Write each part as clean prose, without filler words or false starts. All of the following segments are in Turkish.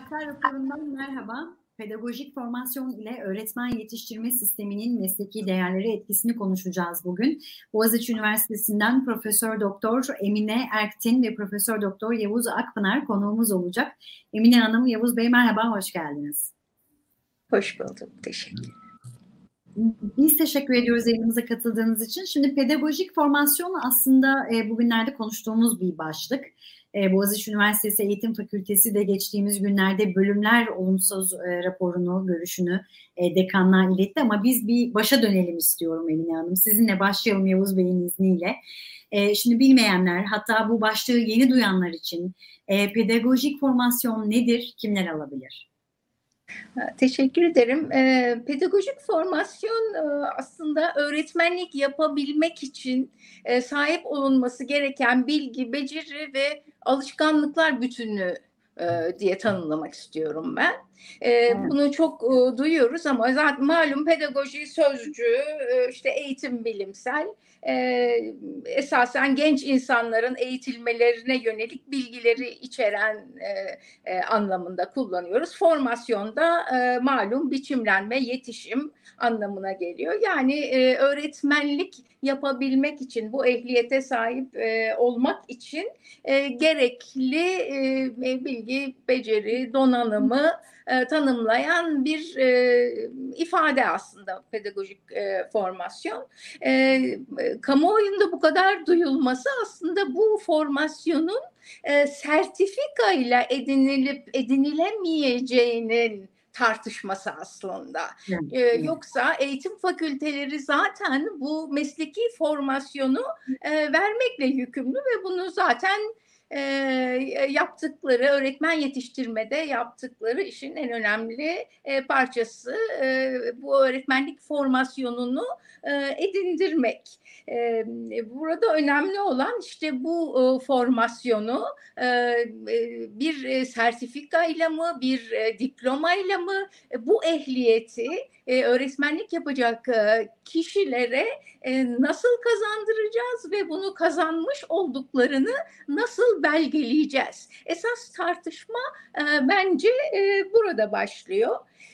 Tahta raporundan merhaba. Pedagojik formasyon ile öğretmen yetiştirme sisteminin mesleki değerleri etkisini konuşacağız bugün. Boğaziçi Üniversitesi'nden Profesör Doktor Emine Erktin ve Profesör Doktor Yavuz Akpınar konuğumuz olacak. Emine Hanım, Yavuz Bey merhaba, hoş geldiniz. Hoş bulduk, teşekkür ederim. Biz teşekkür ediyoruz yayınımıza katıldığınız için. Şimdi pedagojik formasyon aslında bugünlerde konuştuğumuz bir başlık. Boğaziçi Üniversitesi Eğitim Fakültesi de geçtiğimiz günlerde bölümler olumsuz raporunu, görüşünü dekanlığa iletti. Ama biz bir başa dönelim istiyorum Emine Hanım. Sizinle başlayalım Yavuz Bey'in izniyle. Şimdi bilmeyenler, hatta bu başlığı yeni duyanlar için pedagojik formasyon nedir, kimler alabilir? Teşekkür ederim. Pedagojik formasyon aslında öğretmenlik yapabilmek için sahip olunması gereken bilgi, beceri ve alışkanlıklar bütünü diye tanımlamak istiyorum ben. Bunu çok duyuyoruz ama zaten malum pedagoji sözcüğü işte eğitim bilimsel, esasen genç insanların eğitilmelerine yönelik bilgileri içeren anlamında kullanıyoruz. Formasyonda malum biçimlenme, yetişim anlamına geliyor. Yani öğretmenlik yapabilmek için, bu ehliyete sahip olmak için gerekli bilgi, beceri, donanımı tanımlayan bir ifade aslında pedagojik formasyon. Kamuoyunda bu kadar duyulması aslında bu formasyonun sertifika ile edinilip edinilemeyeceğinin tartışması aslında. Yoksa eğitim fakülteleri zaten bu mesleki formasyonu vermekle yükümlü ve bunu zaten yaptıkları, öğretmen yetiştirmede yaptıkları işin en önemli parçası bu öğretmenlik formasyonunu edindirmek. Burada önemli olan işte bu formasyonu bir sertifikayla mı, bir diplomayla mı, bu ehliyeti öğretmenlik yapacak kişilere nasıl kazandıracağız ve bunu kazanmış olduklarını nasıl belgeleyeceğiz? Esas tartışma bence burada başlıyor.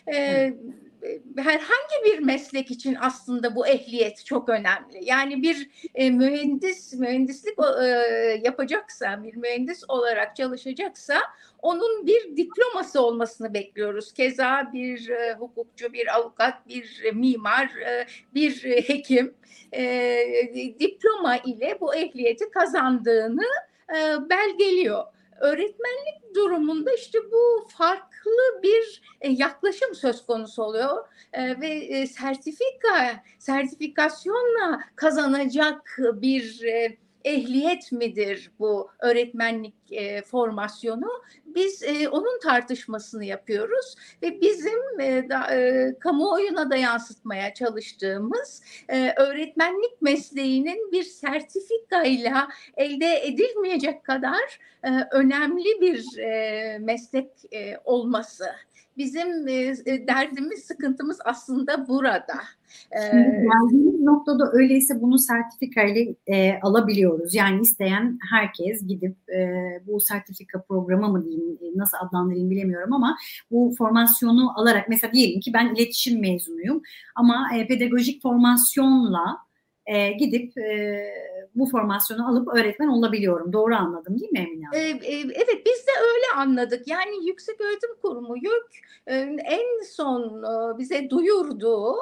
Herhangi bir meslek için aslında bu ehliyet çok önemli. Yani bir mühendislik yapacaksa, bir mühendis olarak çalışacaksa onun bir diploması olmasını bekliyoruz. Keza bir hukukçu, bir avukat, bir mimar, bir hekim diploma ile bu ehliyeti kazandığını belgeliyor. Öğretmenlik durumunda işte bu farklı bir yaklaşım söz konusu oluyor ve sertifikasyonla kazanacak bir ehliyet midir bu öğretmenlik formasyonu? Biz onun tartışmasını yapıyoruz ve bizim kamuoyuna da yansıtmaya çalıştığımız öğretmenlik mesleğinin bir sertifikayla elde edilmeyecek kadar önemli bir meslek olması. Bizim derdimiz, sıkıntımız aslında burada. Şimdi geldiğimiz noktada öyleyse bunu sertifikayla alabiliyoruz. Yani isteyen herkes gidip bu sertifika programı mı diyeyim, nasıl adlandırayım bilemiyorum ama bu formasyonu alarak, mesela diyelim ki ben iletişim mezunuyum ama pedagojik formasyonla gidip bu formasyonu alıp öğretmen olabiliyorum. Doğru anladım değil mi Emine Hanım? Evet, biz de öyle anladık. Yani Yükseköğretim Kurumu YÖK en son bize duyurduğu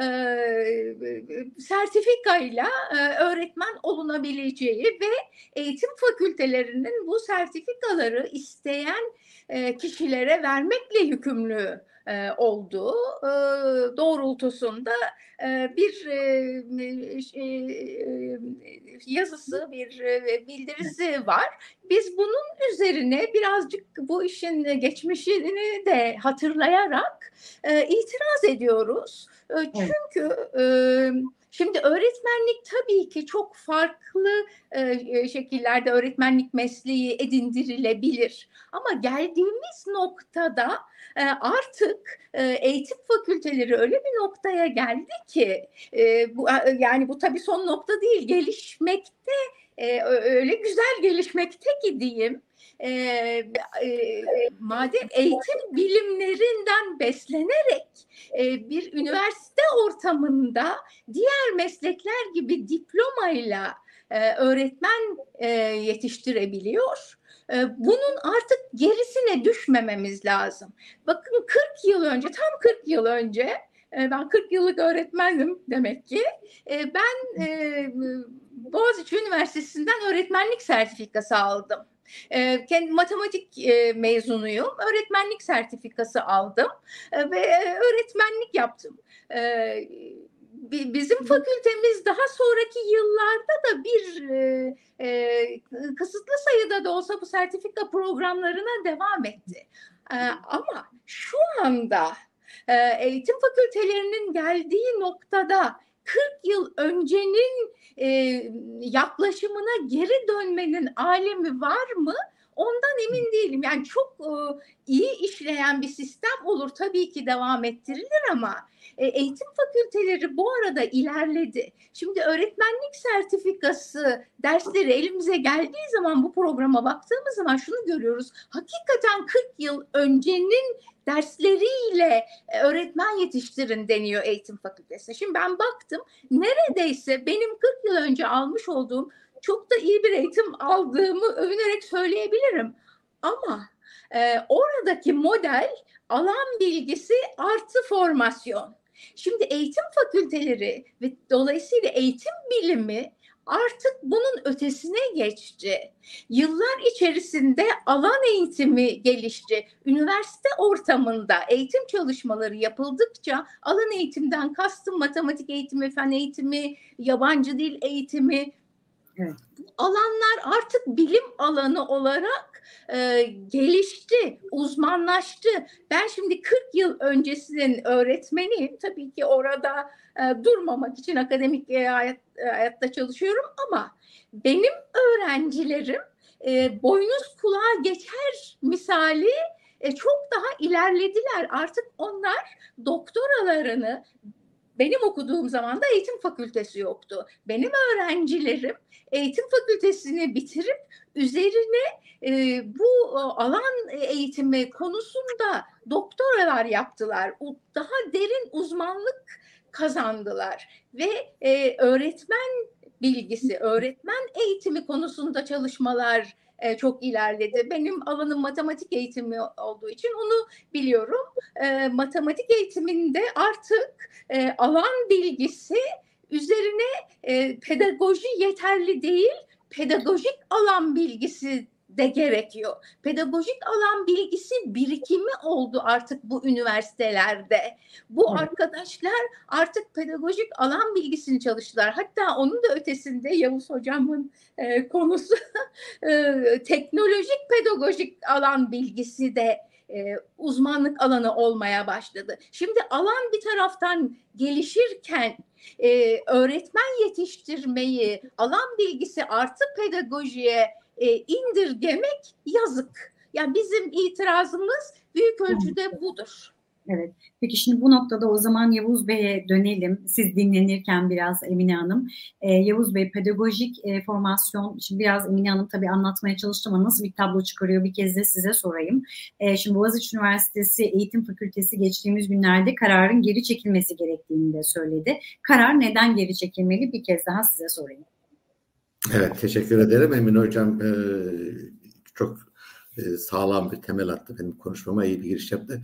sertifikayla öğretmen olunabileceği ve eğitim fakültelerinin bu sertifikaları isteyen kişilere vermekle yükümlü olduğu doğrultusunda bir yazısı, bir bildirisi var. Biz bunun üzerine birazcık bu işin geçmişini de hatırlayarak itiraz ediyoruz. Çünkü şimdi öğretmenlik tabii ki çok farklı şekillerde öğretmenlik mesleği edindirilebilir. Ama geldiğimiz noktada artık eğitim fakülteleri öyle bir noktaya geldi ki yani bu tabii son nokta değil, gelişmekte öyle güzel gelişmekte ki diyeyim. madem eğitim bilimlerinden beslenerek bir üniversite ortamında diğer meslekler gibi diplomayla öğretmen yetiştirebiliyor. Bunun artık gerisine düşmememiz lazım. Bakın 40 yıl önce, tam 40 yıl önce, ben 40 yıllık öğretmendim demek ki, ben Boğaziçi Üniversitesi'nden öğretmenlik sertifikası aldım. Kendi matematik mezunuyum, öğretmenlik sertifikası aldım ve öğretmenlik yaptım. Bizim fakültemiz daha sonraki yıllarda da bir kısıtlı sayıda da olsa bu sertifika programlarına devam etti. Ama şu anda eğitim fakültelerinin geldiği noktada 40 yıl öncenin yaklaşımına geri dönmenin alemi var mı? Ondan emin değilim. Yani çok iyi işleyen bir sistem olur. Tabii ki devam ettirilir ama eğitim fakülteleri bu arada ilerledi. Şimdi öğretmenlik sertifikası dersleri elimize geldiği zaman, bu programa baktığımız zaman şunu görüyoruz. Hakikaten 40 yıl öncenin dersleriyle öğretmen yetiştirin deniyor eğitim fakültesine. Şimdi ben baktım, neredeyse benim 40 yıl önce almış olduğum çok da iyi bir eğitim aldığımı övünerek söyleyebilirim. Ama oradaki model alan bilgisi artı formasyon. Şimdi eğitim fakülteleri ve dolayısıyla eğitim bilimi artık bunun ötesine geçti. Yıllar içerisinde alan eğitimi gelişti. Üniversite ortamında eğitim çalışmaları yapıldıkça alan eğitimden kastım matematik eğitimi, fen eğitimi, yabancı dil eğitimi. Evet. Alanlar artık bilim alanı olarak gelişti, uzmanlaştı. Ben şimdi 40 yıl öncesinin öğretmeniyim. Tabii ki orada durmamak için akademik hayatta çalışıyorum ama benim öğrencilerim boynuz kulağa geçer misali çok daha ilerlediler. Artık onlar doktoralarını, benim okuduğum zaman da eğitim fakültesi yoktu. Benim öğrencilerim eğitim fakültesini bitirip üzerine bu alan eğitimi konusunda doktoralar yaptılar. Daha derin uzmanlık kazandılar ve öğretmen bilgisi, öğretmen eğitimi konusunda çalışmalar çok ilerledi. Benim alanım matematik eğitimi olduğu için onu biliyorum. Matematik eğitiminde artık alan bilgisi üzerine pedagoji yeterli değil, pedagojik alan bilgisi de gerekiyor. Pedagojik alan bilgisi birikimi oldu artık bu üniversitelerde. Bu arkadaşlar artık pedagojik alan bilgisini çalıştılar. Hatta onun da ötesinde Yavuz Hocam'ın konusu teknolojik pedagojik alan bilgisi de uzmanlık alanı olmaya başladı. Şimdi alan bir taraftan gelişirken öğretmen yetiştirmeyi, alan bilgisi artı pedagojiye indirgemek yazık. Yani bizim itirazımız büyük ölçüde budur. Evet. Peki şimdi bu noktada o zaman Yavuz Bey'e dönelim. Siz dinlenirken biraz Emine Hanım. Yavuz Bey, pedagojik formasyon, şimdi biraz Emine Hanım tabii anlatmaya çalıştı ama nasıl bir tablo çıkarıyor bir kez de size sorayım. Şimdi Boğaziçi Üniversitesi Eğitim Fakültesi geçtiğimiz günlerde kararın geri çekilmesi gerektiğini de söyledi. Karar neden geri çekilmeli bir kez daha size sorayım. Evet, teşekkür ederim. Emine Hocam çok sağlam bir temel attı. Benim konuşmama iyi bir giriş yaptı.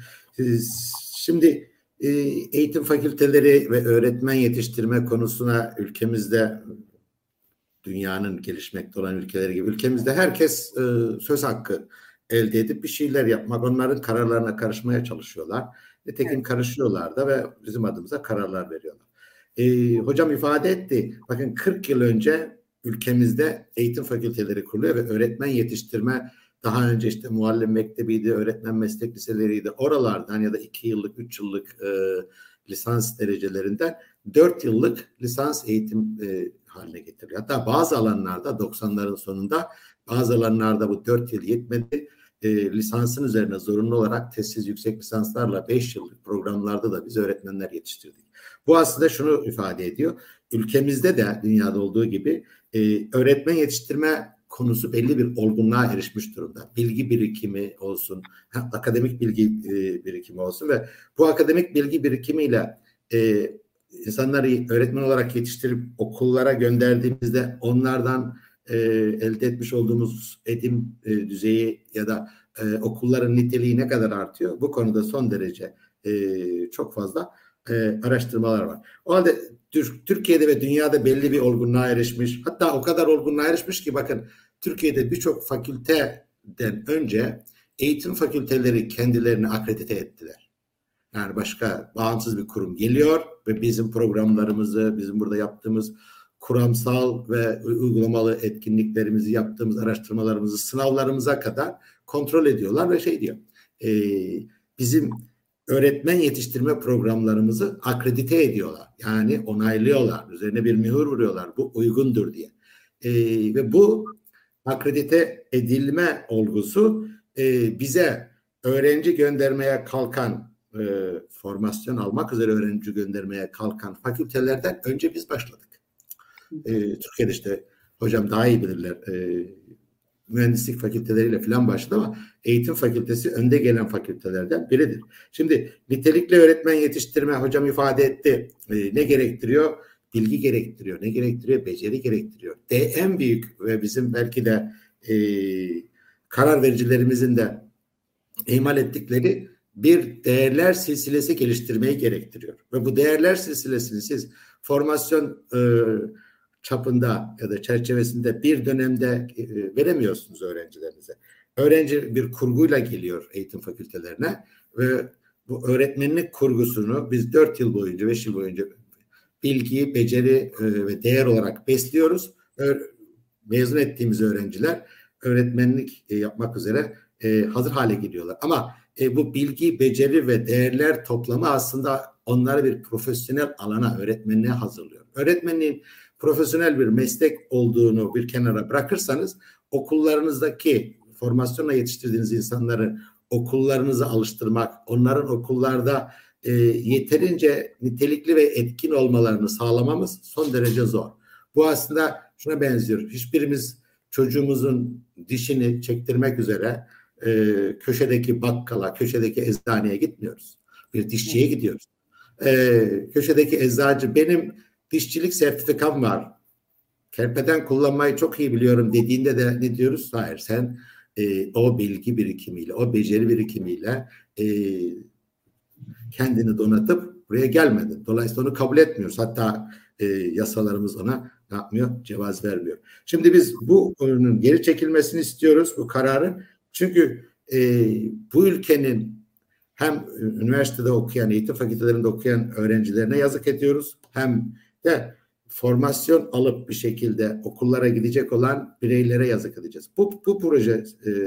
Şimdi eğitim fakülteleri ve öğretmen yetiştirme konusuna ülkemizde, dünyanın gelişmekte olan ülkeleri gibi ülkemizde herkes söz hakkı elde edip bir şeyler yapmak, onların kararlarına karışmaya çalışıyorlar. Nitekim karışıyorlar da ve bizim adımıza kararlar veriyorlar. Hocam ifade etti. Bakın 40 yıl önce ülkemizde eğitim fakülteleri kuruluyor ve öğretmen yetiştirme, daha önce işte muallim mektebiydi, öğretmen meslek liseleriydi. Oralardan ya da 2 yıllık, 3 yıllık lisans derecelerinden 4 yıllık lisans eğitim haline getiriyor. Hatta bazı alanlarda 90'ların sonunda, bazı alanlarda bu 4 yıl yetmedi. Lisansın üzerine zorunlu olarak testsiz yüksek lisanslarla 5 yıllık programlarda da biz öğretmenler yetiştirdik. Bu aslında şunu ifade ediyor. Ülkemizde de dünyada olduğu gibi öğretmen yetiştirme konusu belli bir olgunluğa erişmiş durumda. Bilgi birikimi olsun, akademik bilgi birikimi olsun ve bu akademik bilgi birikimiyle insanları öğretmen olarak yetiştirip okullara gönderdiğimizde onlardan elde etmiş olduğumuz eğitim düzeyi ya da okulların niteliği ne kadar artıyor? Bu konuda son derece çok fazla araştırmalar var. O halde Türkiye'de ve dünyada belli bir olgunluğa erişmiş. Hatta o kadar olgunluğa erişmiş ki bakın Türkiye'de birçok fakülteden önce eğitim fakülteleri kendilerini akredite ettiler. Yani başka bağımsız bir kurum geliyor ve bizim programlarımızı, bizim burada yaptığımız kuramsal ve uygulamalı etkinliklerimizi, yaptığımız araştırmalarımızı, sınavlarımıza kadar kontrol ediyorlar ve şey diyor, bizim öğretmen yetiştirme programlarımızı akredite ediyorlar. Yani onaylıyorlar, üzerine bir mühür vuruyorlar, bu uygundur diye. Ve bu akredite edilme olgusu bize öğrenci göndermeye kalkan, formasyon almak üzere öğrenci göndermeye kalkan fakültelerden önce biz başladık. Türkiye'de işte hocam daha iyi bilirler, mühendislik fakülteleriyle falan başladı ama eğitim fakültesi önde gelen fakültelerden biridir. Şimdi nitelikli öğretmen yetiştirme hocam ifade etti. Ne gerektiriyor? Bilgi gerektiriyor. Ne gerektiriyor? Beceri gerektiriyor. En büyük ve bizim belki de karar vericilerimizin de ihmal ettikleri bir değerler silsilesi geliştirmeyi gerektiriyor. Ve bu değerler silsilesini siz formasyon çapında ya da çerçevesinde bir dönemde veremiyorsunuz öğrencilerinize. Öğrenci bir kurguyla geliyor eğitim fakültelerine ve bu öğretmenlik kurgusunu biz 4 yıl boyunca, 5 yıl boyunca bilgiyi, beceri ve değer olarak besliyoruz. Mezun ettiğimiz öğrenciler öğretmenlik yapmak üzere hazır hale geliyorlar. Ama bu bilgi, beceri ve değerler toplamı aslında onları bir profesyonel alana, öğretmenliğe hazırlıyor. Öğretmenliğin profesyonel bir meslek olduğunu bir kenara bırakırsanız okullarınızdaki formasyonla yetiştirdiğiniz insanları okullarınıza alıştırmak, onların okullarda yeterince nitelikli ve etkin olmalarını sağlamamız son derece zor. Bu aslında şuna benziyor. Hiçbirimiz çocuğumuzun dişini çektirmek üzere köşedeki bakkala, köşedeki eczaneye gitmiyoruz. Bir dişçiye gidiyoruz. Köşedeki eczacı benim dişçilik sertifikam var, kerpeden kullanmayı çok iyi biliyorum dediğinde de ne diyoruz? Hayır, sen o bilgi birikimiyle, o beceri birikimiyle kendini donatıp buraya gelmedin. Dolayısıyla onu kabul etmiyoruz. Hatta yasalarımız ona ne yapmıyor? Cevaz vermiyor. Şimdi biz bu konunun geri çekilmesini istiyoruz, bu kararın. Çünkü bu ülkenin hem üniversitede okuyan, eğitim fakültelerinde okuyan öğrencilerine yazık ediyoruz. Hem de formasyon alıp bir şekilde okullara gidecek olan bireylere yazık edeceğiz. Bu proje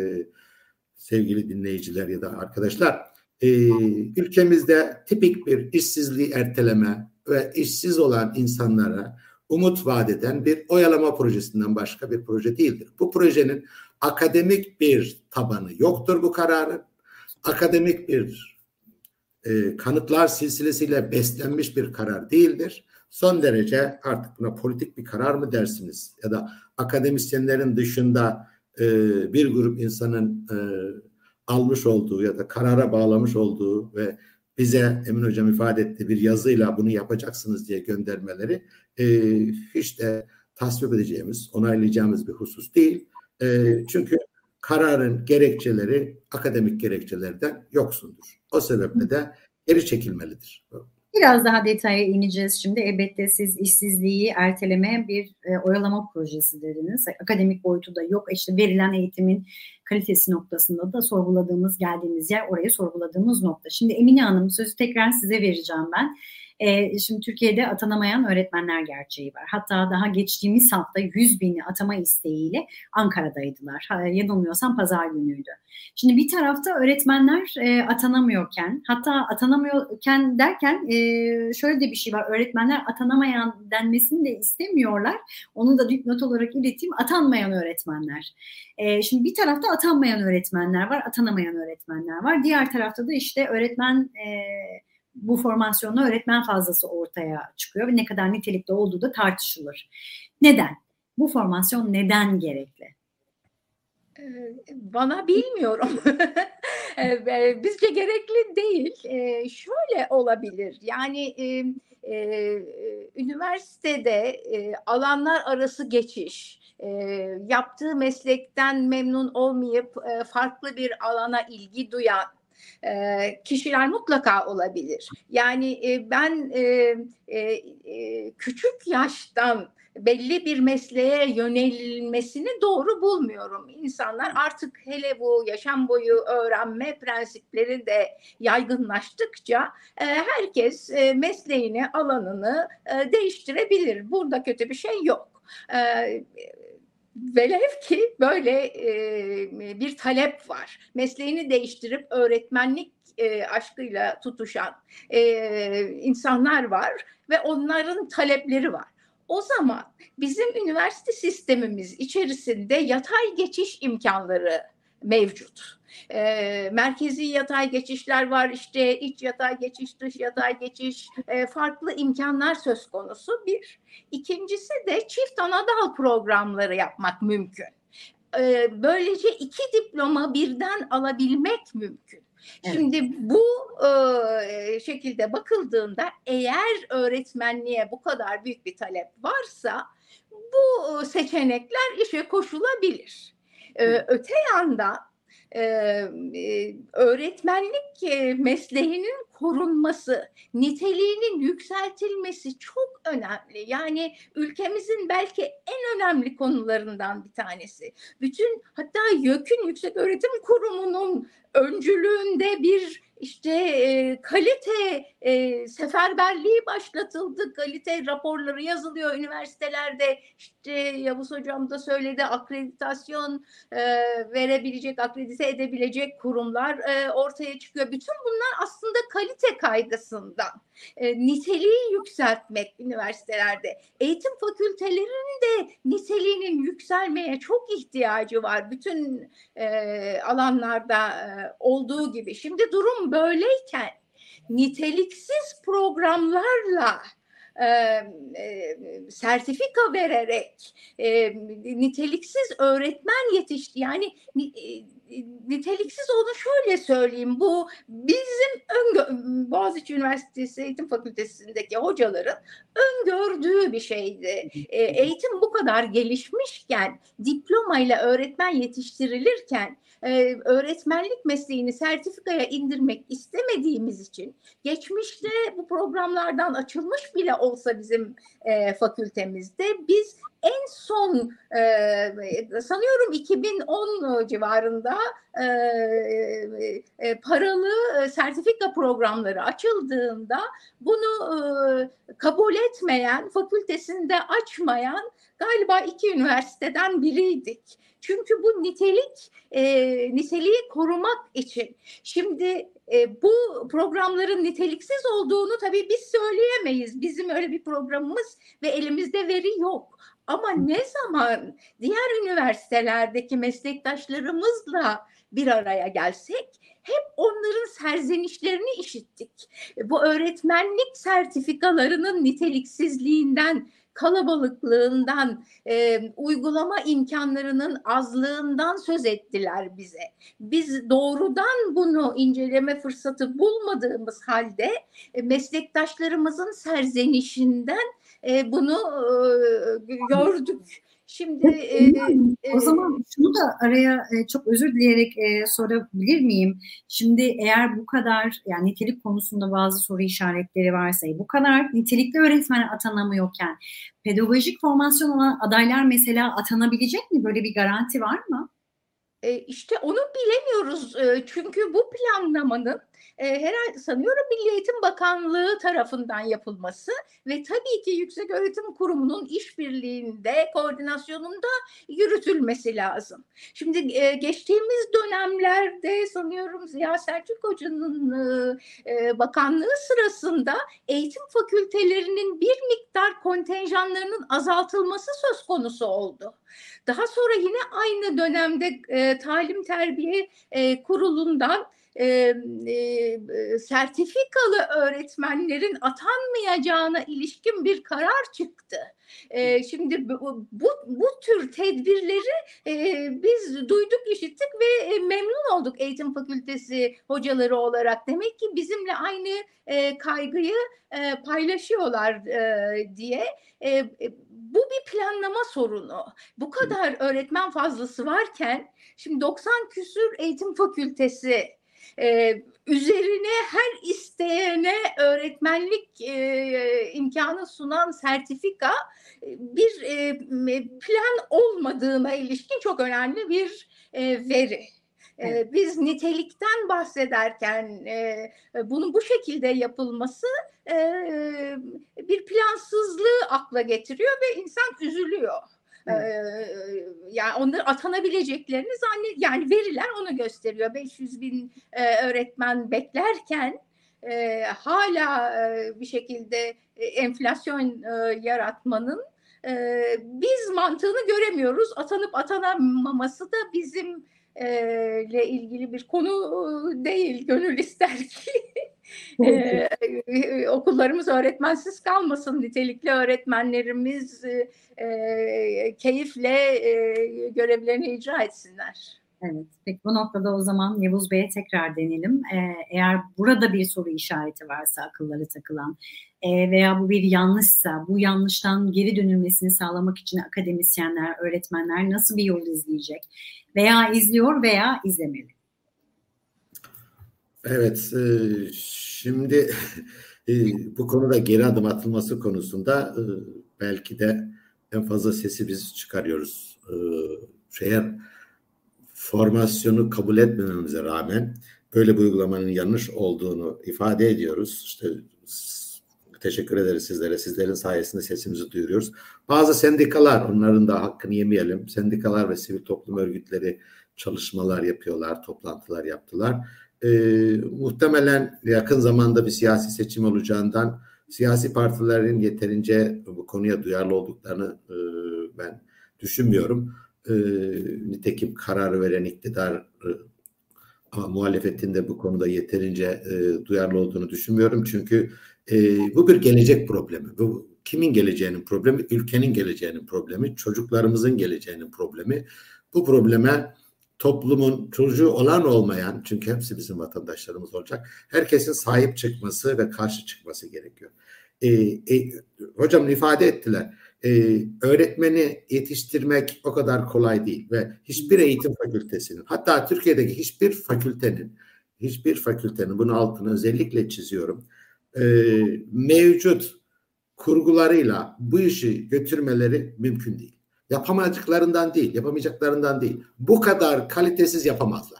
sevgili dinleyiciler ya da arkadaşlar ülkemizde tipik bir işsizliği erteleme ve işsiz olan insanlara umut vaat eden bir oyalama projesinden başka bir proje değildir. Bu projenin akademik bir tabanı yoktur bu kararın. Akademik bir kanıtlar silsilesiyle beslenmiş bir karar değildir. Son derece artık buna politik bir karar mı dersiniz? Ya da akademisyenlerin dışında bir grup insanın almış olduğu ya da karara bağlamış olduğu ve bize Emin Hocam ifade ettiği bir yazıyla bunu yapacaksınız diye göndermeleri hiç de tasvip edeceğimiz, onaylayacağımız bir husus değil. Çünkü kararın gerekçeleri akademik gerekçelerden yoksundur. O sebeple de geri çekilmelidir. Biraz daha detaya ineceğiz şimdi. Elbette siz işsizliği erteleme bir oyalama projesi dediniz. Akademik boyutu da yok. İşte verilen eğitimin kalitesi noktasında da sorguladığımız, geldiğimiz yer oraya sorguladığımız nokta. Şimdi Emine Hanım, sözü tekrar size vereceğim ben. Şimdi Türkiye'de atanamayan öğretmenler gerçeği var. Hatta daha geçtiğimiz hafta 100.000'i atama isteğiyle Ankara'daydılar. Yanılmıyorsam pazar günüydü. Şimdi bir tarafta öğretmenler atanamıyorken, hatta atanamıyorken derken şöyle de bir şey var. Öğretmenler atanamayan denmesini de istemiyorlar. Onu da dipnot olarak ileteyim. Atanmayan öğretmenler. Şimdi bir tarafta atanmayan öğretmenler var, atanamayan öğretmenler var. Diğer tarafta da işte öğretmen bu formasyonla öğretmen fazlası ortaya çıkıyor ve ne kadar nitelikli olduğu da tartışılır. Neden? Bu formasyon neden gerekli? Bana bilmiyorum. Bizce gerekli değil. Şöyle olabilir. Yani üniversitede alanlar arası geçiş, yaptığı meslekten memnun olmayıp farklı bir alana ilgi duyan kişiler mutlaka olabilir. Yani ben küçük yaştan belli bir mesleğe yönelilmesini doğru bulmuyorum. İnsanlar artık hele bu yaşam boyu öğrenme prensipleri de yaygınlaştıkça herkes mesleğini, alanını değiştirebilir. Burada kötü bir şey yok. Velev ki böyle bir talep var. Mesleğini değiştirip öğretmenlik aşkıyla tutuşan insanlar var ve onların talepleri var. O zaman bizim üniversite sistemimiz içerisinde yatay geçiş imkanları mevcut. Merkezi yatay geçişler var, işte iç yatay geçiş, dış yatay geçiş, farklı imkanlar söz konusu bir. İkincisi de çift anadal programları yapmak mümkün. Böylece 2 diploma birden alabilmek mümkün. Evet. Şimdi bu şekilde bakıldığında eğer öğretmenliğe bu kadar büyük bir talep varsa bu seçenekler işe koşulabilir. Öte yandan öğretmenlik mesleğinin korunması, niteliğinin yükseltilmesi çok önemli. Yani ülkemizin belki en önemli konularından bir tanesi. Hatta YÖK'ün Yükseköğretim Kurumu'nun öncülüğünde bir kalite seferberliği başlatıldı. Kalite raporları yazılıyor üniversitelerde. Yavuz Hocam da söyledi, akreditasyon verebilecek, akredite edebilecek kurumlar ortaya çıkıyor. Bütün bunlar aslında kalite kaygısından. Niteliği yükseltmek üniversitelerde. Eğitim fakültelerinin de niteliğinin yükselmeye çok ihtiyacı var. Bütün alanlarda olduğu gibi. Şimdi durum böyleyken niteliksiz programlarla sertifika vererek niteliksiz öğretmen yani niteliksiz onu şöyle söyleyeyim, bu bizim Boğaziçi Üniversitesi Eğitim Fakültesi'ndeki hocaların öngördüğü bir şeydi. Eğitim bu kadar gelişmişken, diplomayla öğretmen yetiştirilirken öğretmenlik mesleğini sertifikaya indirmek istemediğimiz için geçmişte bu programlardan açılmış bile olsa bizim fakültemizde biz en son sanıyorum 2010 civarında paralı sertifika programları açıldığında bunu kabul etmeyen, fakültesinde açmayan galiba 2 üniversiteden biriydik. Çünkü bu niteliği korumak için. Şimdi bu programların niteliksiz olduğunu tabii biz söyleyemeyiz. Bizim öyle bir programımız ve elimizde veri yok. Ama ne zaman diğer üniversitelerdeki meslektaşlarımızla bir araya gelsek hep onların serzenişlerini işittik. Bu öğretmenlik sertifikalarının niteliksizliğinden, kalabalıklığından, uygulama imkanlarının azlığından söz ettiler bize. Biz doğrudan bunu inceleme fırsatı bulmadığımız halde meslektaşlarımızın serzenişinden bunu gördük. Şimdi o zaman şunu da araya çok özür dileyerek sorabilir miyim? Şimdi eğer bu kadar, yani nitelik konusunda bazı soru işaretleri varsa, bu kadar nitelikli öğretmen atanamıyorken pedagojik formasyon olan adaylar mesela atanabilecek mi? Böyle bir garanti var mı? İşte onu bilemiyoruz. Çünkü bu planlamanın herhalde sanıyorum Milli Eğitim Bakanlığı tarafından yapılması ve tabii ki Yükseköğretim Kurumu'nun işbirliğinde, koordinasyonunda yürütülmesi lazım. Şimdi geçtiğimiz dönemlerde sanıyorum Ziya Selçuk Hoca'nın bakanlığı sırasında eğitim fakültelerinin bir miktar kontenjanlarının azaltılması söz konusu oldu. Daha sonra yine aynı dönemde Talim Terbiye Kurulu'ndan sertifikalı öğretmenlerin atanmayacağına ilişkin bir karar çıktı. Şimdi bu tür tedbirleri biz duyduk, işittik ve memnun olduk eğitim fakültesi hocaları olarak. Demek ki bizimle aynı kaygıyı paylaşıyorlar diye. Bu bir planlama sorunu. Bu kadar öğretmen fazlası varken şimdi 90 küsur eğitim fakültesi üzerine her isteyene öğretmenlik imkanı sunan sertifika bir plan olmadığına ilişkin çok önemli bir veri. Biz nitelikten bahsederken bunun bu şekilde yapılması bir plansızlığı akla getiriyor ve insan üzülüyor. Yani onları atanabileceklerini yani veriler onu gösteriyor. 500 bin öğretmen beklerken hala bir şekilde enflasyon yaratmanın biz mantığını göremiyoruz. Atanıp atanamaması da bizim ile ilgili bir konu değil. Gönül ister ki okullarımız öğretmensiz kalmasın. Nitelikli öğretmenlerimiz keyifle görevlerini icra etsinler. Evet. Peki bu noktada o zaman Yavuz Bey'e tekrar denelim. Eğer burada bir soru işareti varsa akılları takılan veya bu bir yanlışsa bu yanlıştan geri dönülmesini sağlamak için akademisyenler, öğretmenler nasıl bir yol izleyecek? Veya izliyor veya izlemeli? Evet. Şimdi bu konuda geri adım atılması konusunda belki de en fazla sesi biz çıkarıyoruz. Formasyonu kabul etmememize rağmen böyle bir uygulamanın yanlış olduğunu ifade ediyoruz. İşte teşekkür ederiz sizlere. Sizlerin sayesinde sesimizi duyuruyoruz. Bazı sendikalar, onların da hakkını yemeyelim. Sendikalar ve sivil toplum örgütleri çalışmalar yapıyorlar, toplantılar yaptılar. Muhtemelen yakın zamanda bir siyasi seçim olacağından siyasi partilerin yeterince bu konuya duyarlı olduklarını ben düşünmüyorum. Nitekim kararı veren iktidar muhalefetin de bu konuda yeterince duyarlı olduğunu düşünmüyorum. Çünkü bu bir gelecek problemi. Bu kimin geleceğinin problemi? Ülkenin geleceğinin problemi, çocuklarımızın geleceğinin problemi. Bu probleme toplumun çocuğu olan olmayan, çünkü hepsi bizim vatandaşlarımız olacak, herkesin sahip çıkması ve karşı çıkması gerekiyor. Hocam ifade ettiler. Öğretmeni yetiştirmek o kadar kolay değil ve hiçbir eğitim fakültesinin, hatta Türkiye'deki hiçbir fakültenin bunun altını özellikle çiziyorum, mevcut kurgularıyla bu işi götürmeleri mümkün değil. Yapamayacaklarından değil. Bu kadar kalitesiz yapamazlar.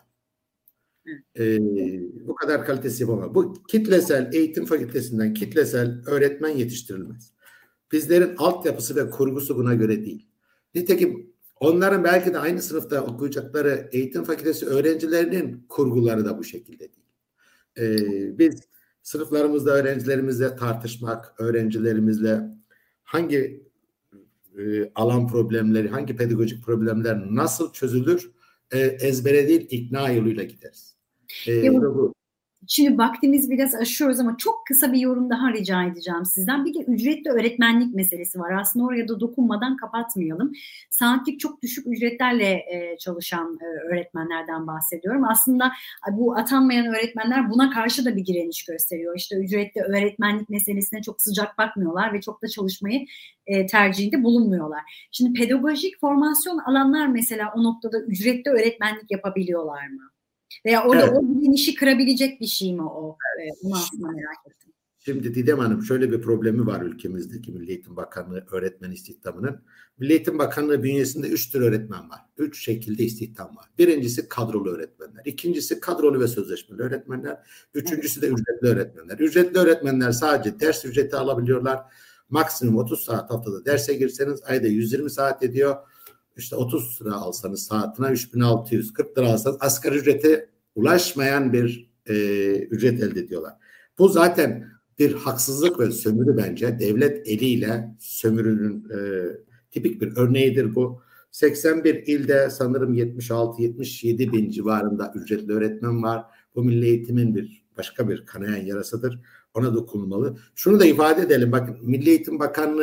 Bu kadar kalitesiz yapamaz. Bu kitlesel eğitim fakültesinden kitlesel öğretmen yetiştirilmez. Bizlerin altyapısı ve kurgusu buna göre değil. Nitekim onların belki de aynı sınıfta okuyacakları eğitim fakültesi öğrencilerinin kurguları da bu şekilde değil. Biz sınıflarımızda öğrencilerimizle tartışmak, öğrencilerimizle hangi alan problemleri, hangi pedagojik problemler nasıl çözülür ezbere değil ikna yoluyla gideriz. Şimdi vaktimiz biraz aşıyoruz ama çok kısa bir yorum daha rica edeceğim sizden. Bir de ücretli öğretmenlik meselesi var. Aslında oraya da dokunmadan kapatmayalım. Saatlik çok düşük ücretlerle çalışan öğretmenlerden bahsediyorum. Aslında bu atanmayan öğretmenler buna karşı da bir direniş gösteriyor. İşte ücretli öğretmenlik meselesine çok sıcak bakmıyorlar ve çok da çalışmayı tercihinde bulunmuyorlar. Şimdi pedagojik formasyon alanlar mesela o noktada ücretli öğretmenlik yapabiliyorlar mı? Veya orada evet. O bilinişi kırabilecek bir şey mi o? Bunu aslında merak ettim. Şimdi Didem Hanım şöyle bir problemi var ülkemizdeki Milli Eğitim Bakanlığı öğretmen istihdamının. Milli Eğitim Bakanlığı bünyesinde 3 tür öğretmen var. 3 şekilde istihdam var. Birincisi kadrolu öğretmenler. İkincisi kadrolu ve sözleşmeli öğretmenler. Üçüncüsü de ücretli öğretmenler. Ücretli öğretmenler sadece ders ücreti alabiliyorlar. Maksimum 30 saat haftada derse girseniz ayda 120 saat ediyor. İşte 30 lira alsanız saatine 3.600, 40 lira alsanız asgari ücrete ulaşmayan bir ücret elde ediyorlar. Bu zaten bir haksızlık ve sömürü bence. Devlet eliyle sömürünün tipik bir örneğidir bu. 81 ilde sanırım 76-77 bin civarında ücretli öğretmen var. Bu milli eğitimin başka bir kanayan yarasıdır. Ona dokunulmalı. Şunu da ifade edelim. Bakın Milli Eğitim Bakanlığı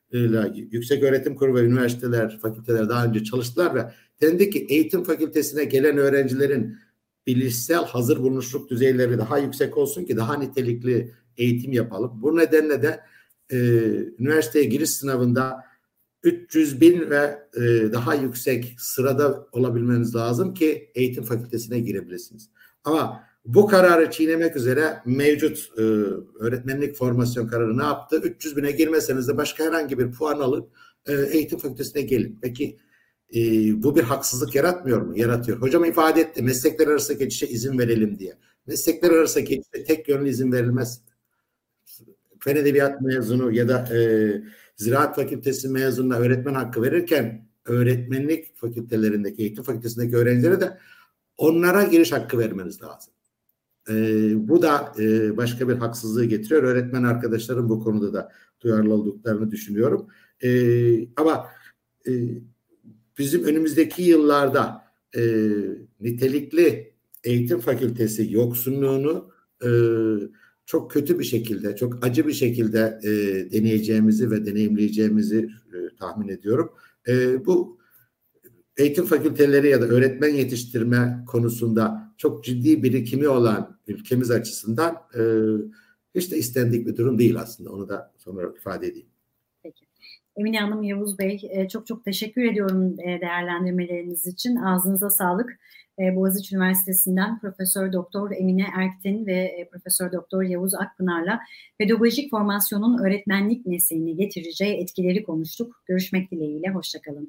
Yüksek Öğretim Kurumu ve üniversiteler, fakülteler daha önce çalıştılar ve dendi ki eğitim fakültesine gelen öğrencilerin bilişsel hazır bulunuşluk düzeyleri daha yüksek olsun ki daha nitelikli eğitim yapalım. Bu nedenle de üniversiteye giriş sınavında 300.000 ve daha yüksek sırada olabilmeniz lazım ki eğitim fakültesine girebilirsiniz. Ama bu kararı çiğnemek üzere mevcut öğretmenlik formasyon kararı ne yaptı? 300.000'e girmeseniz de başka herhangi bir puan alın, eğitim fakültesine gelin. Peki bu bir haksızlık yaratmıyor mu? Yaratıyor. Hocam ifade etti, meslekler arası geçişe izin verelim diye. Meslekler arası geçişe tek yönlü izin verilmez. Fen edebiyat mezunu ya da ziraat fakültesi mezununa öğretmen hakkı verirken öğretmenlik fakültelerindeki, eğitim fakültesindeki öğrencilere de onlara giriş hakkı vermeniz lazım. Bu da başka bir haksızlığı getiriyor. Öğretmen arkadaşlarım bu konuda da duyarlı olduklarını düşünüyorum. Ama bizim önümüzdeki yıllarda nitelikli eğitim fakültesi yoksunluğunu çok kötü bir şekilde, çok acı bir şekilde deneyeceğimizi ve deneyimleyeceğimizi tahmin ediyorum. Bu eğitim fakülteleri ya da öğretmen yetiştirme konusunda çok ciddi birikimi olan ülkemiz açısından hiç de istendik bir durum değil aslında. Onu da sonra ifade edeyim. Peki. Emine Hanım, Yavuz Bey, çok teşekkür ediyorum değerlendirmeleriniz için. Ağzınıza sağlık. Boğaziçi Üniversitesi'nden Profesör Doktor Emine Erktin ve Profesör Doktor Yavuz Akpınar'la pedagojik formasyonun öğretmenlik mesleğine getireceği etkileri konuştuk. Görüşmek dileğiyle, hoşçakalın.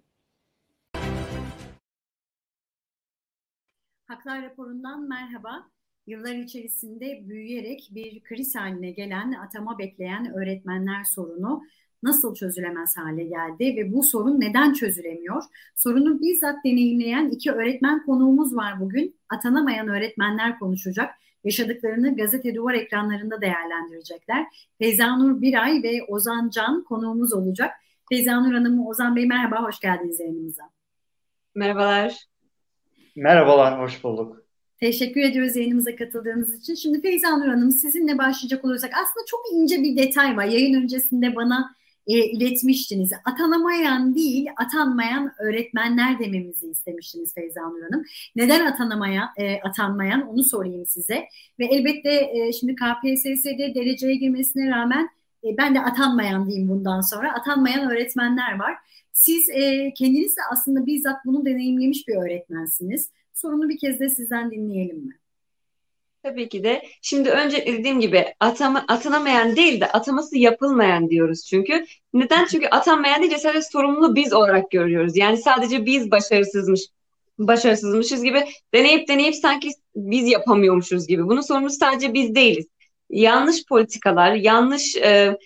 Haklar raporundan merhaba. Yıllar içerisinde büyüyerek bir kriz haline gelen, atama bekleyen öğretmenler sorunu nasıl çözülemez hale geldi ve bu sorun neden çözülemiyor? Sorunu bizzat deneyimleyen iki öğretmen konuğumuz var bugün. Atanamayan öğretmenler konuşacak. Yaşadıklarını gazete duvar ekranlarında değerlendirecekler. Feyzanur Biray ve Ozan Can konuğumuz olacak. Feyzanur Hanım, Ozan Bey merhaba, hoş geldiniz yayınımıza. Merhabalar. Merhabalar, hoş bulduk. Teşekkür ediyoruz yayınımıza katıldığınız için. Şimdi Feyzanur Hanım, sizinle başlayacak olursak aslında çok ince bir detay var. Yayın öncesinde bana iletmiştiniz. Atanamayan değil, atanmayan öğretmenler dememizi istemiştiniz Feyzanur Hanım. Neden atanmayan onu sorayım size. Ve elbette şimdi KPSS'de dereceye girmesine rağmen ben de atanmayan diyeyim bundan sonra. Atanmayan öğretmenler var. Siz kendiniz de aslında bizzat bunu deneyimlemiş bir öğretmensiniz. Sorunu bir kez de sizden dinleyelim mi? Tabii ki de. Şimdi önce dediğim gibi atanamayan değil de ataması yapılmayan diyoruz çünkü. Neden? Çünkü atanmayan deyince sadece sorumlu biz olarak görüyoruz. Yani sadece biz başarısızmışız gibi deneyip sanki biz yapamıyormuşuz gibi. Bunun sorumlusu sadece biz değiliz. Yanlış politikalar, yanlış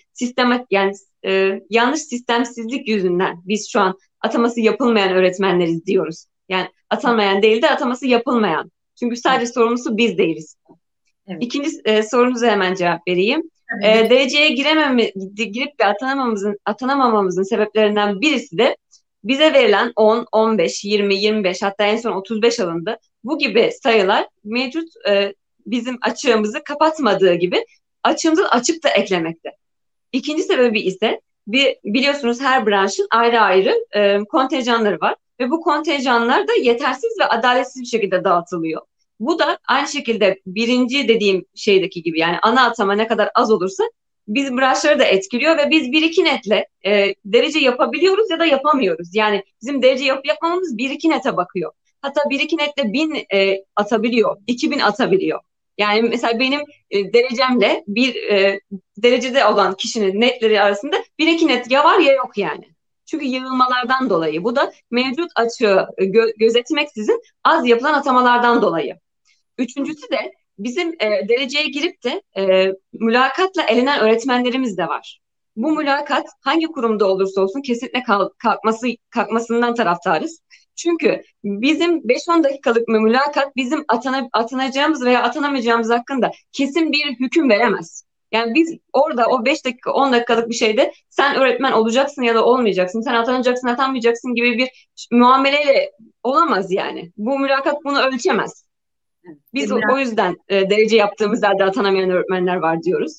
yanlış sistemsizlik yüzünden biz şu an ataması yapılmayan öğretmenleriz diyoruz. Yani atanmayan değil de ataması yapılmayan. Çünkü sadece sorumlusu biz değiliz. Evet. İkinci sorunuza hemen cevap vereyim. Evet. Dereceye girip de atanamamamızın sebeplerinden birisi de bize verilen 10, 15, 20, 25 hatta en son 35 alındı. Bu gibi sayılar mevcut bizim açığımızı kapatmadığı gibi açığımızı açık da eklemekte. İkinci sebebi ise biliyorsunuz her branşın ayrı ayrı kontenjanları var. Ve bu kontenjanlar da yetersiz ve adaletsiz bir şekilde dağıtılıyor. Bu da aynı şekilde birinci dediğim şeydeki gibi yani ana atama ne kadar az olursa biz branşları da etkiliyor ve biz 1-2 netle derece yapabiliyoruz ya da yapamıyoruz. Yani bizim derece yapmamamız 1-2 nete bakıyor. Hatta 1-2 netle 1000 atabiliyor, 2000 atabiliyor. Yani mesela benim derecemle bir derecede olan kişinin netleri arasında 1-2 net ya var ya yok yani. Çünkü yığılmalardan dolayı. Bu da mevcut açığı gözetmeksizin az yapılan atamalardan dolayı. Üçüncüsü de bizim dereceye girip de mülakatla elenen öğretmenlerimiz de var. Bu mülakat hangi kurumda olursa olsun kesinlikle kalkmasından taraftarız. Çünkü bizim 5-10 dakikalık mülakat bizim atanacağımız veya atanamayacağımız hakkında kesin bir hüküm veremez. Yani biz orada o 5 dakika 10 dakikalık bir şeyde sen öğretmen olacaksın ya da olmayacaksın, sen atanacaksın atanmayacaksın gibi bir muameleyle olamaz yani. Bu mülakat bunu ölçemez. Biz o yüzden derece yaptığımız halde atanamayan öğretmenler var diyoruz.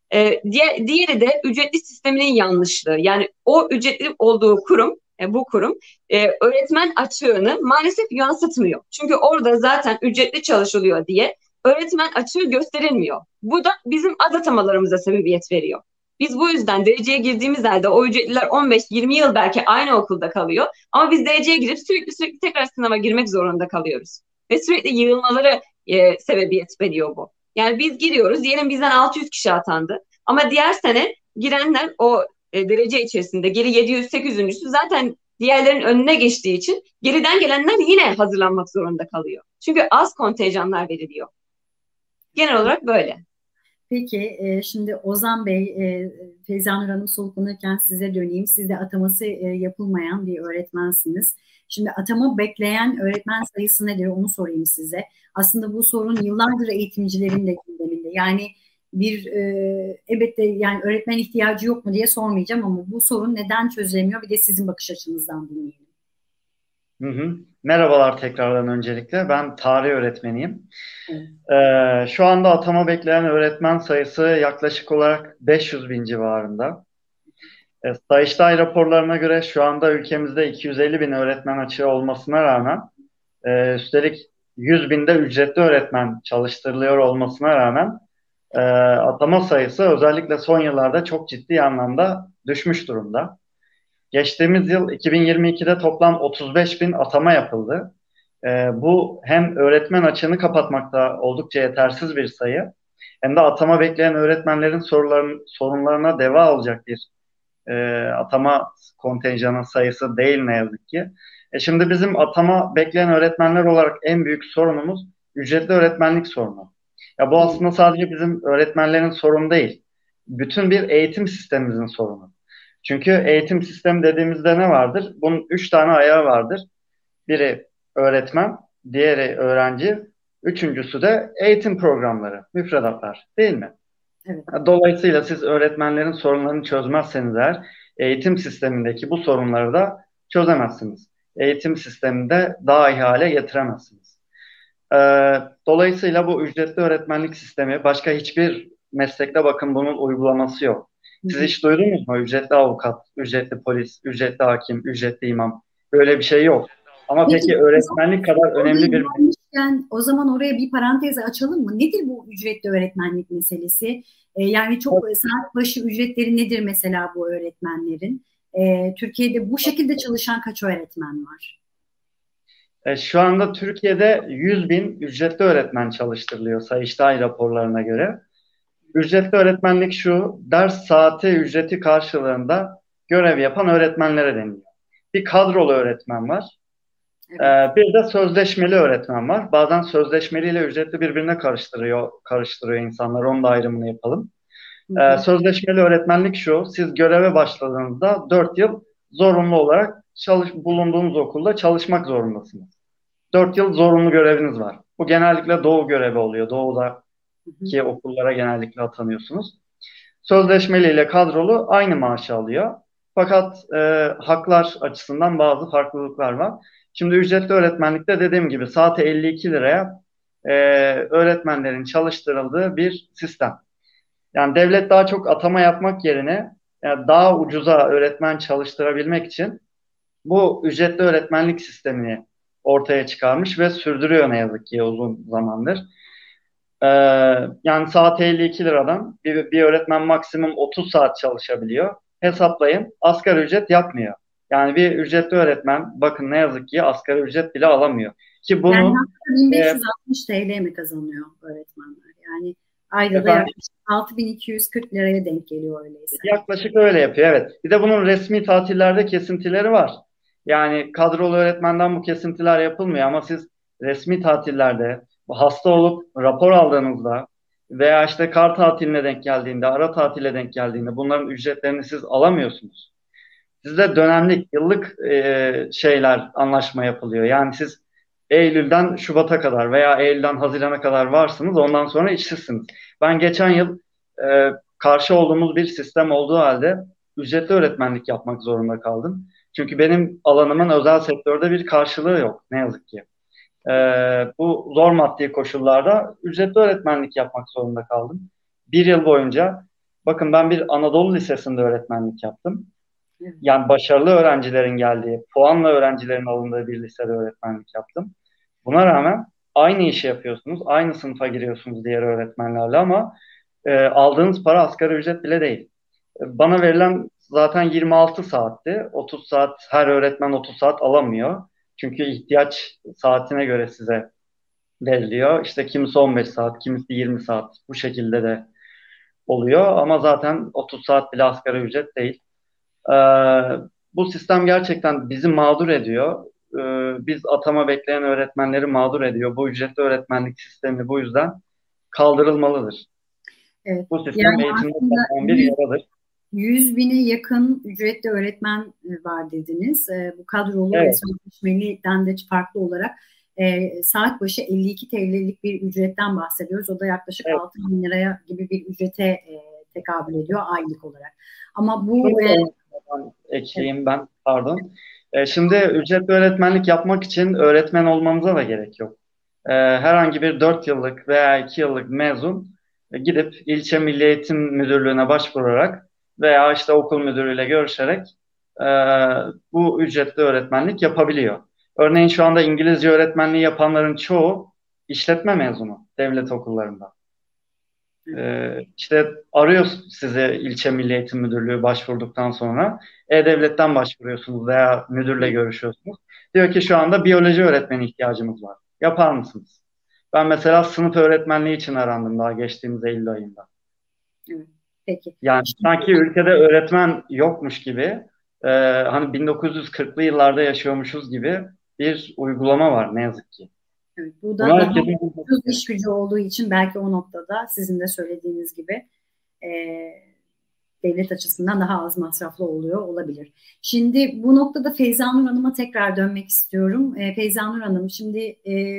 Diğeri de ücretli sisteminin yanlışlığı. Yani o ücretli olduğu kurum, bu kurum öğretmen açığını maalesef yansıtmıyor. Çünkü orada zaten ücretli çalışılıyor diye öğretmen açığı gösterilmiyor. Bu da bizim az atamalarımıza sebebiyet veriyor. Biz bu yüzden dereceye girdiğimiz halde o ücretliler 15-20 yıl belki aynı okulda kalıyor. Ama biz dereceye girip sürekli tekrar sınava girmek zorunda kalıyoruz. Ve sürekli yığılmaları sebebiyet veriyor bu. Yani biz giriyoruz, diyelim bizden 600 kişi atandı. Ama diğer sene girenler o derece içerisinde geri 700-800'üncüsü zaten diğerlerin önüne geçtiği için geriden gelenler yine hazırlanmak zorunda kalıyor. Çünkü az kontenjanlar veriliyor. Genel olarak böyle. Peki şimdi Ozan Bey, Feyza Nur Hanım soluklanırken size döneyim. Siz de ataması yapılmayan bir öğretmensiniz. Şimdi atama bekleyen öğretmen sayısı nedir onu sorayım size. Aslında bu sorun yıllardır eğitimcilerin de gündeminde. Yani elbette yani öğretmen ihtiyacı yok mu diye sormayacağım ama bu sorun neden çözülemiyor? Bir de sizin bakış açınızdan dinleyelim. Merhabalar tekrardan öncelikle. Ben tarih öğretmeniyim. Şu anda atama bekleyen öğretmen sayısı yaklaşık olarak 500 bin civarında. Sayıştay raporlarına göre şu anda ülkemizde 250 bin öğretmen açığı olmasına rağmen üstelik 100 binde ücretli öğretmen çalıştırılıyor olmasına rağmen atama sayısı özellikle son yıllarda çok ciddi anlamda düşmüş durumda. Geçtiğimiz yıl 2022'de toplam 35 bin atama yapıldı. Bu hem öğretmen açığını kapatmakta oldukça yetersiz bir sayı, hem de atama bekleyen öğretmenlerin sorunlarına deva olacak bir atama kontenjanın sayısı değil ne yazık ki. Şimdi bizim atama bekleyen öğretmenler olarak en büyük sorunumuz ücretli öğretmenlik sorunu. Ya bu aslında sadece bizim öğretmenlerin sorunu değil, bütün bir eğitim sistemimizin sorunu. Çünkü eğitim sistemi dediğimizde ne vardır? Bunun 3 tane ayağı vardır. Biri öğretmen, diğeri öğrenci, üçüncüsü de eğitim programları, müfredatlar, değil mi? Evet. Dolayısıyla siz öğretmenlerin sorunlarını çözmezseniz eğer eğitim sistemindeki bu sorunları da çözemezsiniz. Eğitim sisteminde daha iyi hale getiremezsiniz. Dolayısıyla bu ücretli öğretmenlik sistemi, başka hiçbir meslekte bakın bunun uygulaması yok. Siz hiç duydunuz mu? Ücretli avukat, ücretli polis, ücretli hakim, ücretli imam. Böyle bir şey yok. Ama peki öğretmenlik kadar önemli bir... O zaman oraya bir parantez açalım mı? Nedir bu ücretli öğretmenlik meselesi? Yani çok saat başı ücretleri nedir mesela bu öğretmenlerin? Türkiye'de bu şekilde çalışan kaç öğretmen var? Şu anda Türkiye'de 100 bin ücretli öğretmen çalıştırılıyor Sayıştay raporlarına göre. Ücretli öğretmenlik şu, ders saati ücreti karşılığında görev yapan öğretmenlere deniliyor. Bir kadrolu öğretmen var. Evet. Bir de sözleşmeli öğretmen var. Bazen sözleşmeliyle ücretli birbirine karıştırıyor insanlar. Onun da ayrımını yapalım. Sözleşmeli öğretmenlik şu, siz göreve başladığınızda 4 yıl zorunlu olarak bulunduğunuz okulda çalışmak zorundasınız. 4 yıl zorunlu göreviniz var. Bu genellikle doğu görevi oluyor. Doğudaki okullara genellikle atanıyorsunuz. Sözleşmeli ile kadrolu aynı maaşı alıyor. Fakat haklar açısından bazı farklılıklar var. Şimdi ücretli öğretmenlikte dediğim gibi saati 52 liraya öğretmenlerin çalıştırıldığı bir sistem. Yani devlet daha çok atama yapmak yerine daha ucuza öğretmen çalıştırabilmek için bu ücretli öğretmenlik sistemini ortaya çıkarmış ve sürdürüyor ne yazık ki uzun zamandır. Yani saat 52 liradan bir öğretmen maksimum 30 saat çalışabiliyor. Hesaplayın, asgari ücret yapmıyor. Yani bir ücretli öğretmen bakın ne yazık ki asgari ücret bile alamıyor. Ki bunu yani 1560 TL mi kazanıyor öğretmenler? Yani ayda da yaklaşık 6240 liraya denk geliyor öyleyse. Yaklaşık öyle yapıyor, evet. Bir de bunun resmi tatillerde kesintileri var. Yani kadrolu öğretmenden bu kesintiler yapılmıyor ama siz resmi tatillerde hasta olup rapor aldığınızda veya işte kar tatiline denk geldiğinde, ara tatile denk geldiğinde bunların ücretlerini siz alamıyorsunuz. Sizde dönemlik, yıllık anlaşma yapılıyor. Yani siz Eylül'den Şubat'a kadar veya Eylül'den Haziran'a kadar varsınız, ondan sonra işsizsiniz. Ben geçen yıl karşı olduğumuz bir sistem olduğu halde ücretli öğretmenlik yapmak zorunda kaldım. Çünkü benim alanımın özel sektörde bir karşılığı yok ne yazık ki. Bu zor maddi koşullarda ücretli öğretmenlik yapmak zorunda kaldım. Bir yıl boyunca Bakın ben bir Anadolu Lisesi'nde öğretmenlik yaptım. Evet. Yani başarılı öğrencilerin geldiği, puanla öğrencilerin alındığı bir lisede öğretmenlik yaptım. Buna rağmen aynı işi yapıyorsunuz, aynı sınıfa giriyorsunuz diğer öğretmenlerle ama aldığınız para asgari ücret bile değil. Bana verilen zaten 26 saatti. 30 saat, her öğretmen 30 saat alamıyor. Çünkü ihtiyaç saatine göre size veriliyor. İşte kimisi 15 saat, kimisi 20 saat. Bu şekilde de oluyor ama zaten 30 saat bile asgari ücret değil. Ee, Bu sistem gerçekten bizi mağdur ediyor. Biz atama bekleyen öğretmenleri mağdur ediyor. Bu ücretli öğretmenlik sistemi bu yüzden kaldırılmalıdır. Evet. Bu sistem Yani eğitimde aslında kalan bir yaradır. 100 bine yakın ücretli öğretmen var dediniz. Bu kadrolu ve Evet. sözleşmeliden de farklı olarak saat başı 52 TL'lik bir ücretten bahsediyoruz. O da yaklaşık Evet. 6 bin liraya gibi bir ücrete tekabül ediyor aylık olarak. Ama bu Ekleyeyim ben, pardon. Şimdi ücretli öğretmenlik yapmak için öğretmen olmanıza da gerek yok. Herhangi bir 4 yıllık veya 2 yıllık mezun gidip ilçe Milli Eğitim Müdürlüğü'ne başvurarak veya işte okul müdürüyle görüşerek bu ücretli öğretmenlik yapabiliyor. Örneğin şu anda İngilizce öğretmenliği yapanların çoğu işletme mezunu devlet okullarında. İşte arıyor sizi ilçe Milli Eğitim Müdürlüğü başvurduktan sonra E-Devlet'ten başvuruyorsunuz veya müdürle görüşüyorsunuz. Diyor ki şu anda biyoloji öğretmeni ihtiyacımız var. Yapar mısınız? Ben mesela sınıf öğretmenliği için arandım daha geçtiğimiz Eylül ayında. Evet, peki. Yani sanki ülkede öğretmen yokmuş gibi, hani 1940'lı yıllarda yaşıyormuşuz gibi bir uygulama var ne yazık ki. Evet, bu da Buna daha herkesin ucuz iş gücü olduğu için belki o noktada sizin de söylediğiniz gibi devlet açısından daha az masraflı oluyor olabilir. Şimdi bu noktada Feyza Nur Hanım'a tekrar dönmek istiyorum. Feyza Nur Hanım, şimdi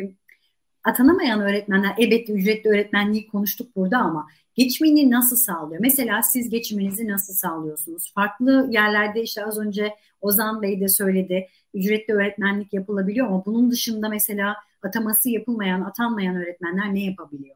atanamayan öğretmenler, elbette ücretli öğretmenliği konuştuk burada ama geçimini nasıl sağlıyor? Mesela siz geçiminizi nasıl sağlıyorsunuz? Farklı yerlerde işte az önce Ozan Bey de söyledi, ücretli öğretmenlik yapılabiliyor ama bunun dışında mesela ataması yapılmayan, atanmayan öğretmenler ne yapabiliyor?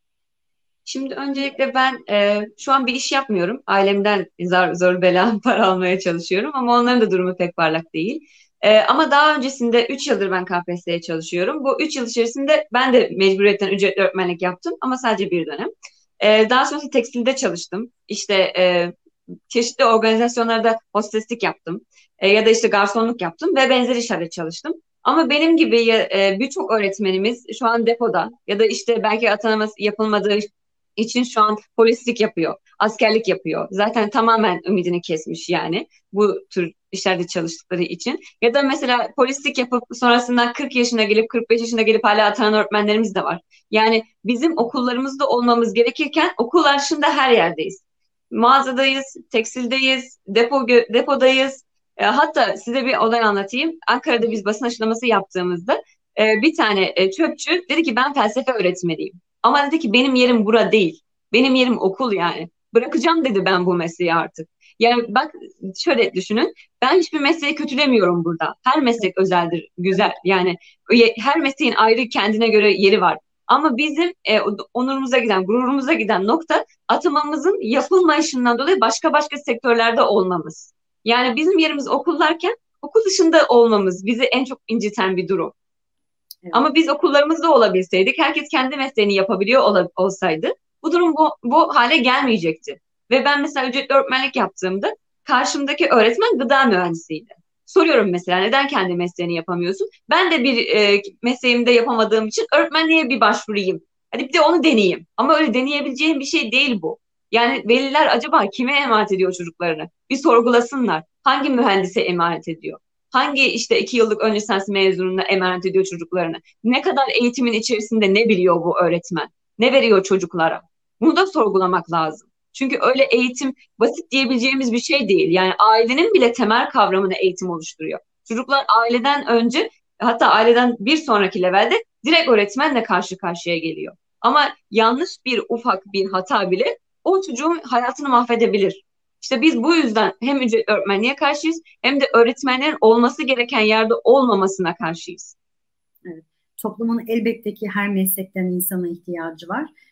Şimdi öncelikle ben şu an bir iş yapmıyorum. Ailemden zor bela para almaya çalışıyorum ama onların da durumu pek parlak değil. Ama daha öncesinde 3 yıldır ben KPSS'ye çalışıyorum. Bu 3 yıl içerisinde ben de mecburiyetten ücretli öğretmenlik yaptım ama sadece bir dönem. Daha sonra tekstilde çalıştım. İşte çeşitli organizasyonlarda hosteslik yaptım. Ya da işte garsonluk yaptım ve benzer işlerde çalıştım. Ama benim gibi birçok öğretmenimiz şu an depoda ya da işte belki atanaması yapılmadığı için şu an polislik yapıyor, askerlik yapıyor. Zaten tamamen ümidini kesmiş yani bu tür işlerde çalıştıkları için. Ya da mesela polislik yapıp sonrasında 40 yaşına gelip 45 yaşına gelip hala atanan öğretmenlerimiz de var. Yani bizim okullarımızda olmamız gerekirken okullar dışında her yerdeyiz. Mağazadayız, tekstildeyiz, depodayız. Hatta size bir olay anlatayım. Ankara'da biz basın açıklaması yaptığımızda bir tane çöpçü dedi ki ben felsefe öğretmeniyim. Ama dedi ki benim yerim bura değil. Benim yerim okul yani. Bırakacağım dedi ben bu mesleği artık. Yani bak şöyle düşünün. Ben hiçbir mesleği kötülemiyorum burada. Her meslek özeldir, güzel. Yani her mesleğin ayrı kendine göre yeri var. Ama bizim onurumuza giden, gururumuza giden nokta atamamızın yapılmayışından dolayı başka sektörlerde olmamız. Yani bizim yerimiz okullarken okul dışında olmamız bizi en çok inciten bir durum. Evet. Ama biz okullarımızda olabilseydik, herkes kendi mesleğini yapabiliyor olsaydı bu durum bu hale gelmeyecekti. Ve ben mesela ücretli öğretmenlik yaptığımda karşımdaki öğretmen gıda mühendisiydi. Soruyorum mesela neden kendi mesleğini yapamıyorsun? Ben de bir mesleğimde yapamadığım için öğretmenliğe bir başvurayım. Hadi bir de onu deneyeyim. Ama öyle deneyebileceğim bir şey değil bu. Yani veliler acaba kime emanet ediyor çocuklarını? Bir sorgulasınlar. Hangi mühendise emanet ediyor? Hangi işte 2 yıllık ön lisans mezununa emanet ediyor çocuklarını? Ne kadar eğitimin içerisinde ne biliyor bu öğretmen? Ne veriyor çocuklara? Bunu da sorgulamak lazım. Çünkü öyle eğitim basit diyebileceğimiz bir şey değil. Yani ailenin bile temel kavramını eğitim oluşturuyor. Çocuklar aileden önce hatta aileden bir sonraki levelde direkt öğretmenle karşı karşıya geliyor. Ama yanlış bir ufak bir hata bile o çocuğun hayatını mahvedebilir. İşte biz bu yüzden hem ücretli öğretmenliğe karşıyız hem de öğretmenlerin olması gereken yerde olmamasına karşıyız. Evet. Toplumun elbette ki her meslekten insana ihtiyacı var.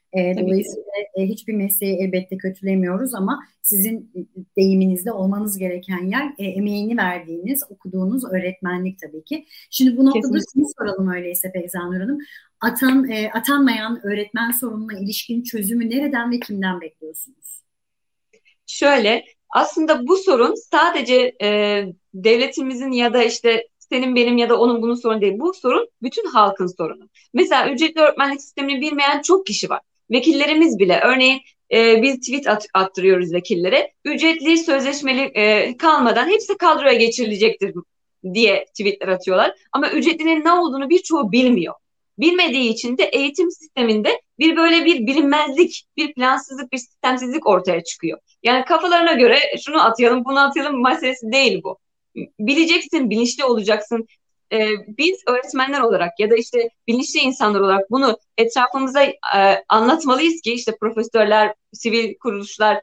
Dolayısıyla hiçbir mesleği elbette kötülemiyoruz ama sizin deyiminizde olmanız gereken yer emeğini verdiğiniz, okuduğunuz öğretmenlik tabii ki. Şimdi bu noktada şunu soralım öyleyse Feyza Nur Hanım. Atanmayan öğretmen sorununa ilişkin çözümü nereden ve kimden bekliyorsunuz? Şöyle, aslında bu sorun sadece devletimizin ya da işte senin benim ya da onun bunun sorunu değil. Bu sorun bütün halkın sorunu. Mesela ücretli öğretmenlik sistemini bilmeyen çok kişi var. Vekillerimiz bile örneğin biz tweet attırıyoruz vekillere. Ücretli sözleşmeli kalmadan hepsi kadroya geçirilecektir diye tweetler atıyorlar. Ama ücretlinin ne olduğunu birçoğu bilmiyor. Bilmediği için de eğitim sisteminde böyle bir bilinmezlik, bir plansızlık, bir sistemsizlik ortaya çıkıyor. Yani kafalarına göre şunu atayalım, bunu atayalım meselesi değil bu. Bileceksin, bilinçli olacaksın. Biz öğretmenler olarak ya da işte bilinçli insanlar olarak bunu etrafımıza anlatmalıyız ki işte profesörler, sivil kuruluşlar,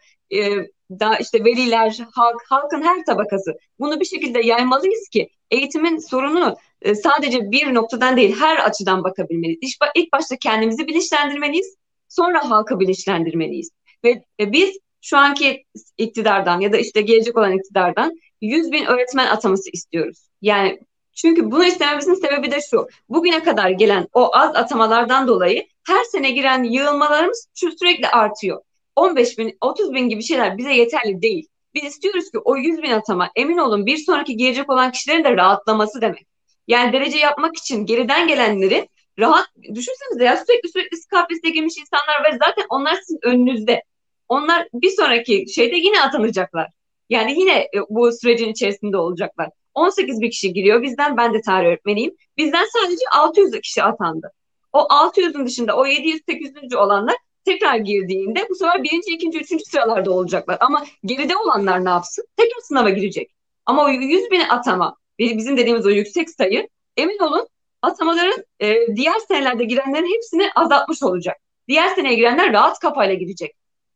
daha işte veliler, halkın her tabakası bunu bir şekilde yaymalıyız ki eğitimin sorunu sadece bir noktadan değil her açıdan bakabilmeliyiz. İlk başta kendimizi bilinçlendirmeliyiz, sonra halkı bilinçlendirmeliyiz. Ve biz şu anki iktidardan ya da işte gelecek olan iktidardan 100.000 öğretmen ataması istiyoruz. Yani çünkü bunu istememizin sebebi de şu. Bugüne kadar gelen o az atamalardan dolayı her sene giren yığılmalarımız sürekli artıyor. 15.000, 30.000 gibi şeyler bize yeterli değil. Biz istiyoruz ki o 100.000 atama emin olun bir sonraki gelecek olan kişilerin de rahatlaması demek. Yani derece yapmak için geriden gelenleri rahat düşünsenize ya sürekli KPSS'ye girmiş insanlar ve zaten onlar sizin önünüzde. Onlar bir sonraki şeyde yine atanacaklar. Yani yine bu sürecin içerisinde olacaklar. 18.000 kişi giriyor. Ben de tarih öğretmeniyim. Bizden sadece 600 kişi atandı. O 600'ün dışında o 700-800. olanlar tekrar girdiğinde bu sefer 1., 2., 3. sıralarda olacaklar. Ama geride olanlar ne yapsın? Tekrar sınava girecek. Ama o 100.000 atama, bizim dediğimiz o yüksek sayı, emin olun atamaların diğer senelerde girenlerin hepsini azaltmış olacak. Diğer seneye girenler rahat kafayla gidecek.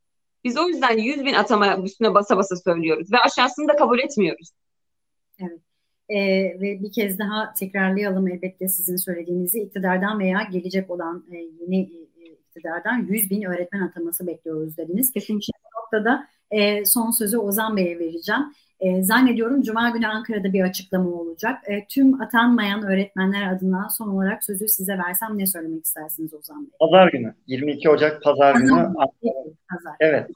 Biz o yüzden 100.000 atama üstüne basa basa söylüyoruz ve aşağısını da kabul etmiyoruz. Evet. Ve bir kez daha tekrarlayalım elbette sizin söylediğinizi. İktidardan veya gelecek olan yeni iktidardan 100.000 öğretmen ataması bekliyoruz dediniz. Kesinlikle. Şimdi bu noktada son sözü Ozan Bey'e vereceğim. Zannediyorum Cuma günü Ankara'da bir açıklama olacak. Tüm atanmayan öğretmenler adına son olarak sözü size versem ne söylemek istersiniz Ozan Bey? Pazar günü, 22 Ocak Pazar günü. Pazar. Evet.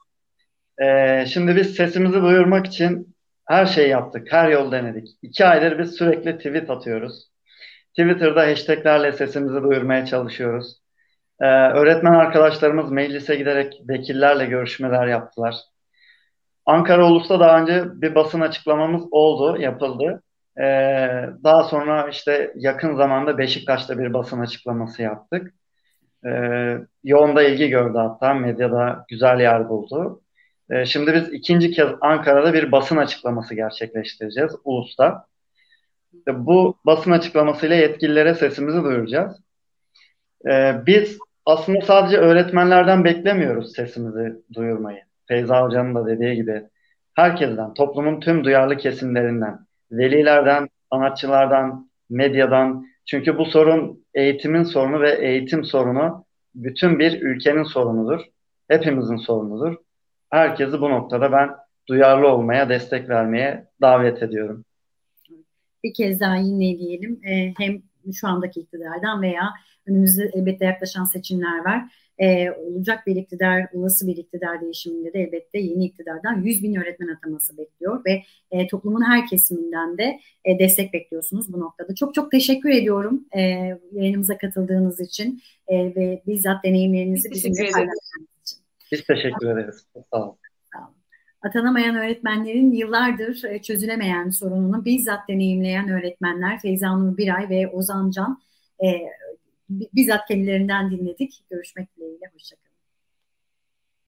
Şimdi biz sesimizi duyurmak için her şeyi yaptık, her yol denedik. 2 aydır biz sürekli tweet atıyoruz. Twitter'da hashtaglerle sesimizi duyurmaya çalışıyoruz. Öğretmen arkadaşlarımız meclise giderek vekillerle görüşmeler yaptılar. Ankara Ulus'ta daha önce bir basın açıklamamız oldu, yapıldı. Daha sonra işte yakın zamanda Beşiktaş'ta bir basın açıklaması yaptık. Yoğun da ilgi gördü hatta, medyada güzel yer buldu. Şimdi biz 2. kez Ankara'da bir basın açıklaması gerçekleştireceğiz Ulus'ta. Bu basın açıklamasıyla yetkililere sesimizi duyuracağız. Biz aslında sadece öğretmenlerden beklemiyoruz sesimizi duyurmayı. Feyza Hoca'nın da dediği gibi herkesten, toplumun tüm duyarlı kesimlerinden, velilerden, sanatçılardan, medyadan. Çünkü bu sorun eğitimin sorunu ve eğitim sorunu bütün bir ülkenin sorunudur. Hepimizin sorunudur. Herkesi bu noktada ben duyarlı olmaya, destek vermeye davet ediyorum. Bir kez daha yineleyelim. Hem şu andaki iktidardan veya önümüzde elbette yaklaşan seçimler var. Olacak bir iktidar, olası bir iktidar değişiminde de elbette yeni iktidardan 100.000 öğretmen ataması bekliyor ve toplumun her kesiminden de destek bekliyorsunuz bu noktada. Çok çok teşekkür ediyorum yayınımıza katıldığınız için ve bizzat deneyimlerinizi bizimle paylaştığınız için. Biz teşekkür ederiz. Sağ olun. Atanamayan öğretmenlerin yıllardır çözülemeyen sorununu bizzat deneyimleyen öğretmenler Feyza Nur Biray ve Ozan Can bizzat kendilerinden dinledik. Görüşmek dileğiyle. Hoşçakalın.